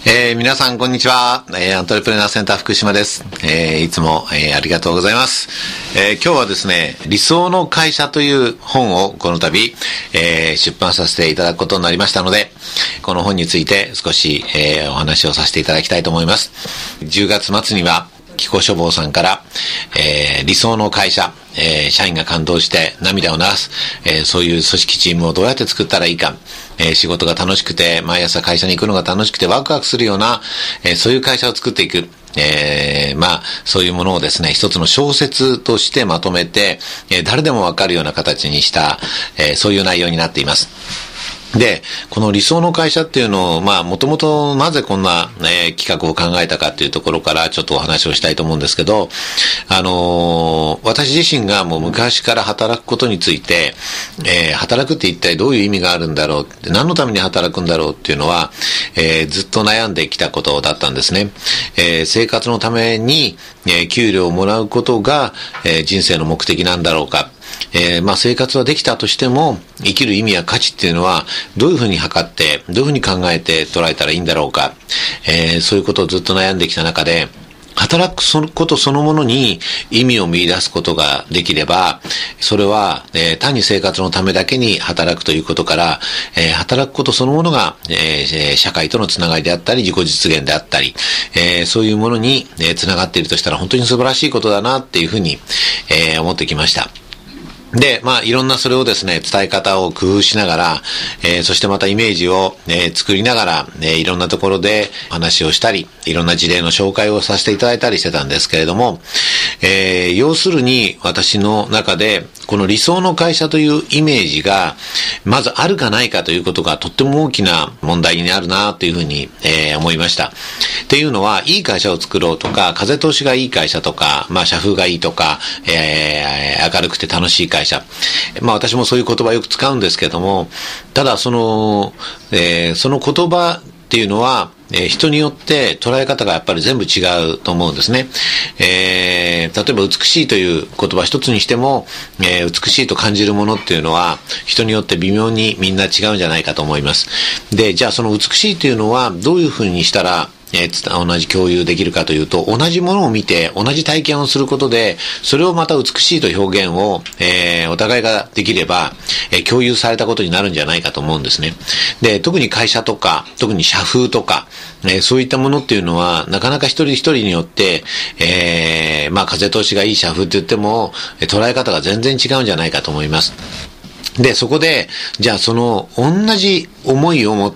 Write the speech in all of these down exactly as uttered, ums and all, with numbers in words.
えー、皆さんこんにちは、えー、アントレプレナーセンター福島です。えー、いつも、えー、ありがとうございます。えー、今日はですね、理想の会社という本をこの度、えー、出版させていただくことになりましたので、この本について少し、えー、お話をさせていただきたいと思います。じゅうがつ末には木古書房さんから、えー、理想の会社、えー、社員が感動して涙を流す、えー、そういう組織チームをどうやって作ったらいいか、えー、仕事が楽しくて毎朝会社に行くのが楽しくてワクワクするような、えー、そういう会社を作っていく、えー、まあそういうものをですね一つの小説としてまとめて、えー、誰でもわかるような形にした、えー、そういう内容になっています。で、この理想の会社っていうのを、まあ、もともとなぜこんな、ね、企画を考えたかっていうところからちょっとお話をしたいと思うんですけど、あのー、私自身がもう昔から働くことについて、えー、働くって一体どういう意味があるんだろうって、何のために働くんだろうっていうのは、えー、ずっと悩んできたことだったんですね。えー、生活のために、えー、給料をもらうことが、えー、人生の目的なんだろうか。えー、まあ生活はできたとしても生きる意味や価値っていうのはどういうふうに測ってどういうふうに考えて捉えたらいいんだろうか、えー、そういうことをずっと悩んできた中で働くことそのものに意味を見出すことができればそれは、えー、単に生活のためだけに働くということから、えー、働くことそのものが、えー、社会とのつながりであったり自己実現であったり、えー、そういうものに、えー、つながっているとしたら本当に素晴らしいことだなっていうふうに、えー、思ってきました。で、まあ、いろんなそれをですね、伝え方を工夫しながら、えー、そしてまたイメージを、えー、作りながら、えー、いろんなところで話をしたり、いろんな事例の紹介をさせていただいたりしてたんですけれども、えー、要するに私の中で、この理想の会社というイメージが、まずあるかないかということがとっても大きな問題になるなというふうに、えー、思いました。っていうのは、いい会社を作ろうとか、風通しがいい会社とか、まあ、社風がいいとか、えー、明るくて楽しい会社。まあ、私もそういう言葉をよく使うんですけども、ただその、えー、その言葉っていうのは、えー、人によって捉え方がやっぱり全部違うと思うんですね。えー、例えば美しいという言葉一つにしても、えー、美しいと感じるものっていうのは人によって微妙にみんな違うんじゃないかと思います。で、じゃあその美しいというのはどういうふうにしたらえー、同じ共有できるかというと、同じものを見て、同じ体験をすることで、それをまた美しいと表現を、えー、お互いができれば、えー、共有されたことになるんじゃないかと思うんですね。で、特に会社とか、特に社風とか、えー、そういったものっていうのは、なかなか一人一人によって、えー、まあ風通しがいい社風って言っても、捉え方が全然違うんじゃないかと思います。で、そこで、じゃあその、同じ思いを持って、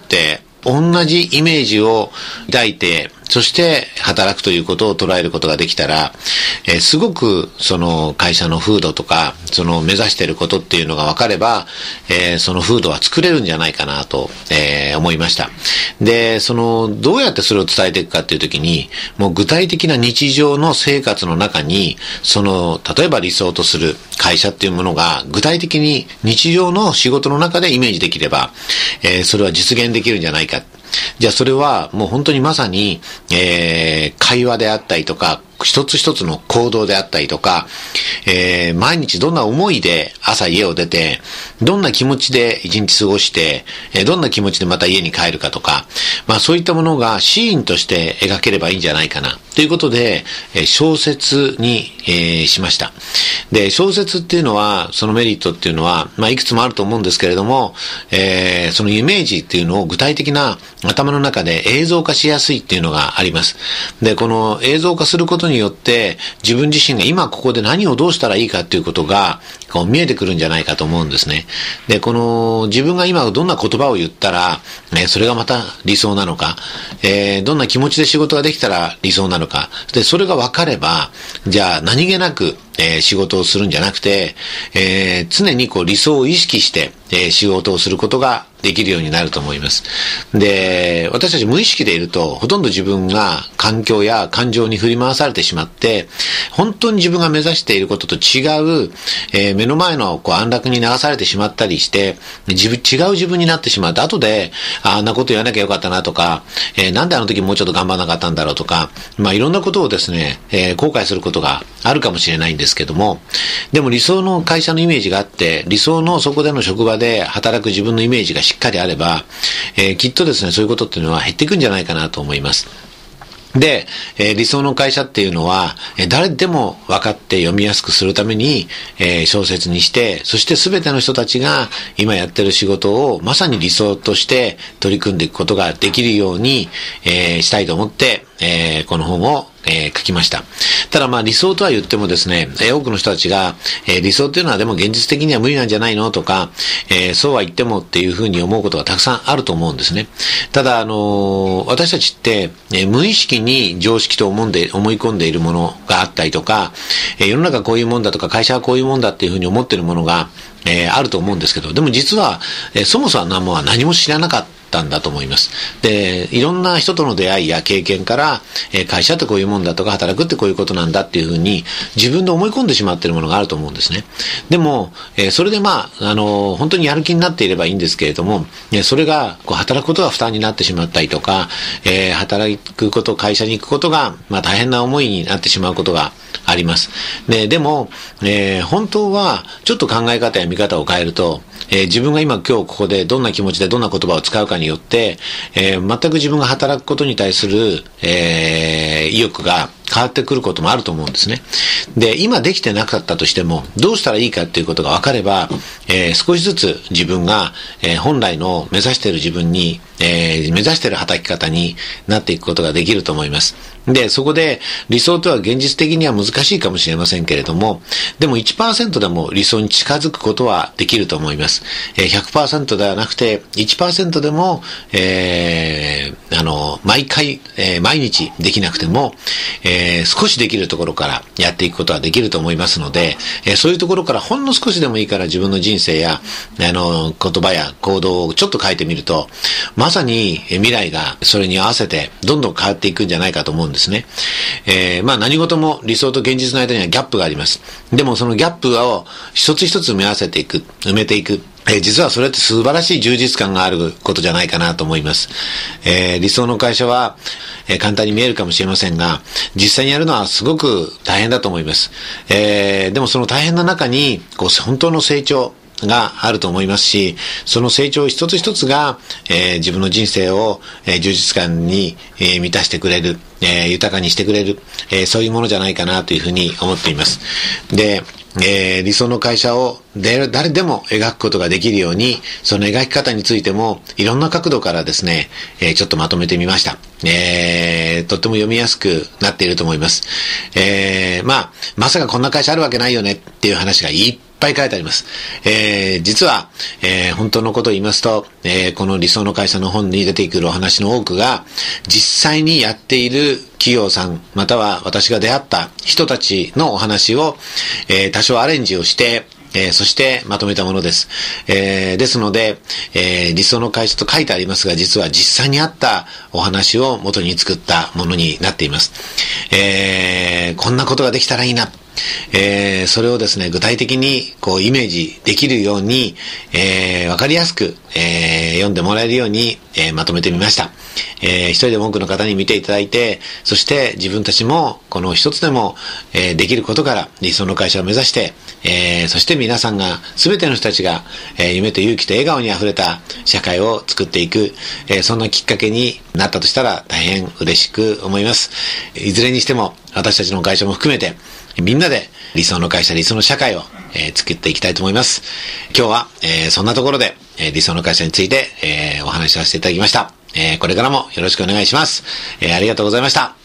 同じイメージを抱いて、そして働くということを捉えることができたら、えー、すごくその会社の風土とか、その目指していることっていうのが分かれば、えー、その風土は作れるんじゃないかなと、えー、思いました。で、その、どうやってそれを伝えていくかっていうときに、もう具体的な日常の生活の中に、その、例えば理想とする会社っていうものが、具体的に日常の仕事の中でイメージできれば、えー、それは実現できるんじゃないか。じゃあそれはもう本当にまさに、えー、会話であったりとか、一つ一つの行動であったりとか、えー、毎日どんな思いで朝家を出て、どんな気持ちで一日過ごして、えー、どんな気持ちでまた家に帰るかとか、まあそういったものがシーンとして描ければいいんじゃないかな、ということで、えー、小説に、えー、しました。で、小説っていうのは、そのメリットっていうのは、まあいくつもあると思うんですけれども、えー、そのイメージっていうのを具体的な頭の中で映像化しやすいっていうのがあります。で、この映像化することによって自分自身が今ここで何をどうしたらいいかっていうことがこう見えてくるんじゃないかと思うんですね。で、この自分が今どんな言葉を言ったら、ね、それがまた理想なのか、えー、どんな気持ちで仕事ができたら理想なのか、で、それが分かれば、じゃあ何気なくえー、仕事をするんじゃなくて、えー、常にこう理想を意識して、えー、仕事をすることができるようになると思います。で、私たち無意識でいると、ほとんど自分が環境や感情に振り回されてしまって、本当に自分が目指していることと違う、えー、目の前のこう安楽に流されてしまったりして、自分違う自分になってしまって、後で、あんなこと言わなきゃよかったなとか、えー、なんであの時もうちょっと頑張らなかったんだろうとか、まあいろんなことをですね、えー、後悔することがあるかもしれないんです。 ですけども、でも理想の会社のイメージがあって、理想のそこでの職場で働く自分のイメージがしっかりあれば、えー、きっとですね、そういうことっていうのは減っていくんじゃないかなと思います。で、えー、理想の会社っていうのは、えー、誰でも分かって読みやすくするために、えー、小説にして、そして全ての人たちが今やってる仕事をまさに理想として取り組んでいくことができるように、えー、したいと思って、えー、この本をえー、書きました。ただまあ理想とは言ってもですね、えー、多くの人たちが、えー、理想っていうのはでも現実的には無理なんじゃないのとか、えー、そうは言ってもっていうふうに思うことがたくさんあると思うんですね。ただあのー、私たちって、えー、無意識に常識と思んで思い込んでいるものがあったりとか、えー、世の中こういうもんだとか会社はこういうもんだっていうふうに思っているものが、えー、あると思うんですけど、でも実は、えー、そもそもは何も知らなかったたんだと思います。で、いろんな人との出会いや経験から、えー、会社ってこういうもんだとか働くってこういうことなんだっていうふうに自分で思い込んでしまっているものがあると思うんですね。でも、えー、それでまあ、あのー、本当にやる気になっていればいいんですけれども、えー、それがこう働くことが負担になってしまったりとか、えー、働くこと、会社に行くことが、まあ大変な思いになってしまうことがあります。で、でも、えー、本当はちょっと考え方や見方を変えると、えー、自分が今今日ここでどんな気持ちでどんな言葉を使うかによって、えー、全く自分が働くことに対する、えー、意欲が変わってくることもあると思うんですね。で、今できてなかったとしても、どうしたらいいかっていうことが分かれば、えー、少しずつ自分が、えー、本来の目指している自分に、えー、目指している働き方になっていくことができると思います。で、そこで理想とは現実的には難しいかもしれませんけれども、でも いちパーセント でも理想に近づくことはできると思います。えー、ひゃくパーセント ではなくて いちパーセント でも、えー、あの、毎回、えー、毎日できなくても、えー、少しできるところからやっていくことはできると思いますので、えー、そういうところからほんの少しでもいいから自分の人生や、あの、言葉や行動をちょっと変えてみると、まさに未来がそれに合わせてどんどん変わっていくんじゃないかと思うんですね。えー、まあ何事も理想と現実の間にはギャップがあります。でもそのギャップを一つ一つ埋め合わせていく、埋めていく。えー、実はそれって素晴らしい充実感があることじゃないかなと思います。えー、理想の会社は、えー、簡単に見えるかもしれませんが、実際にやるのはすごく大変だと思います。えー、でもその大変な中に、こう本当の成長があると思いますし、その成長一つ一つが、えー、自分の人生を、えー、充実感に、えー、満たしてくれる、えー、豊かにしてくれる、えー、そういうものじゃないかなというふうに思っています。で、えー、理想の会社をで誰でも描くことができるように、その描き方についてもいろんな角度からですね、えー、ちょっとまとめてみました。えー、とっても読みやすくなっていると思います。えー、まあ、まさかこんな会社あるわけないよねっていう話がいっぱい書いてあります。えー、実は、えー、本当のことを言いますと、えー、この理想の会社の本に出てくるお話の多くが、実際にやっている企業さん、または私が出会った人たちのお話を、えー、多少アレンジをして、えー、そしてまとめたものです。えー、ですので、えー、理想の会社と書いてありますが、実は実際にあったお話を元に作ったものになっています。えー、こんなことができたらいいな。えー、それをですね、具体的にこうイメージできるように、えー、わかりやすく、えー、読んでもらえるように、えー、まとめてみました。えー、一人でも多くの方に見ていただいて、そして自分たちもこの一つでも、えー、できることから理想の会社を目指して、えー、そして皆さんが、すべての人たちが、えー、夢と勇気と笑顔にあふれた社会を作っていく、えー、そんなきっかけになったとしたら大変嬉しく思います。いずれにしても私たちの会社も含めて、みんなで理想の会社、理想の社会を、えー、作っていきたいと思います。今日は、えー、そんなところで、えー、理想の会社について、えー、お話しさせていただきました。えー、これからもよろしくお願いします。えー、ありがとうございました。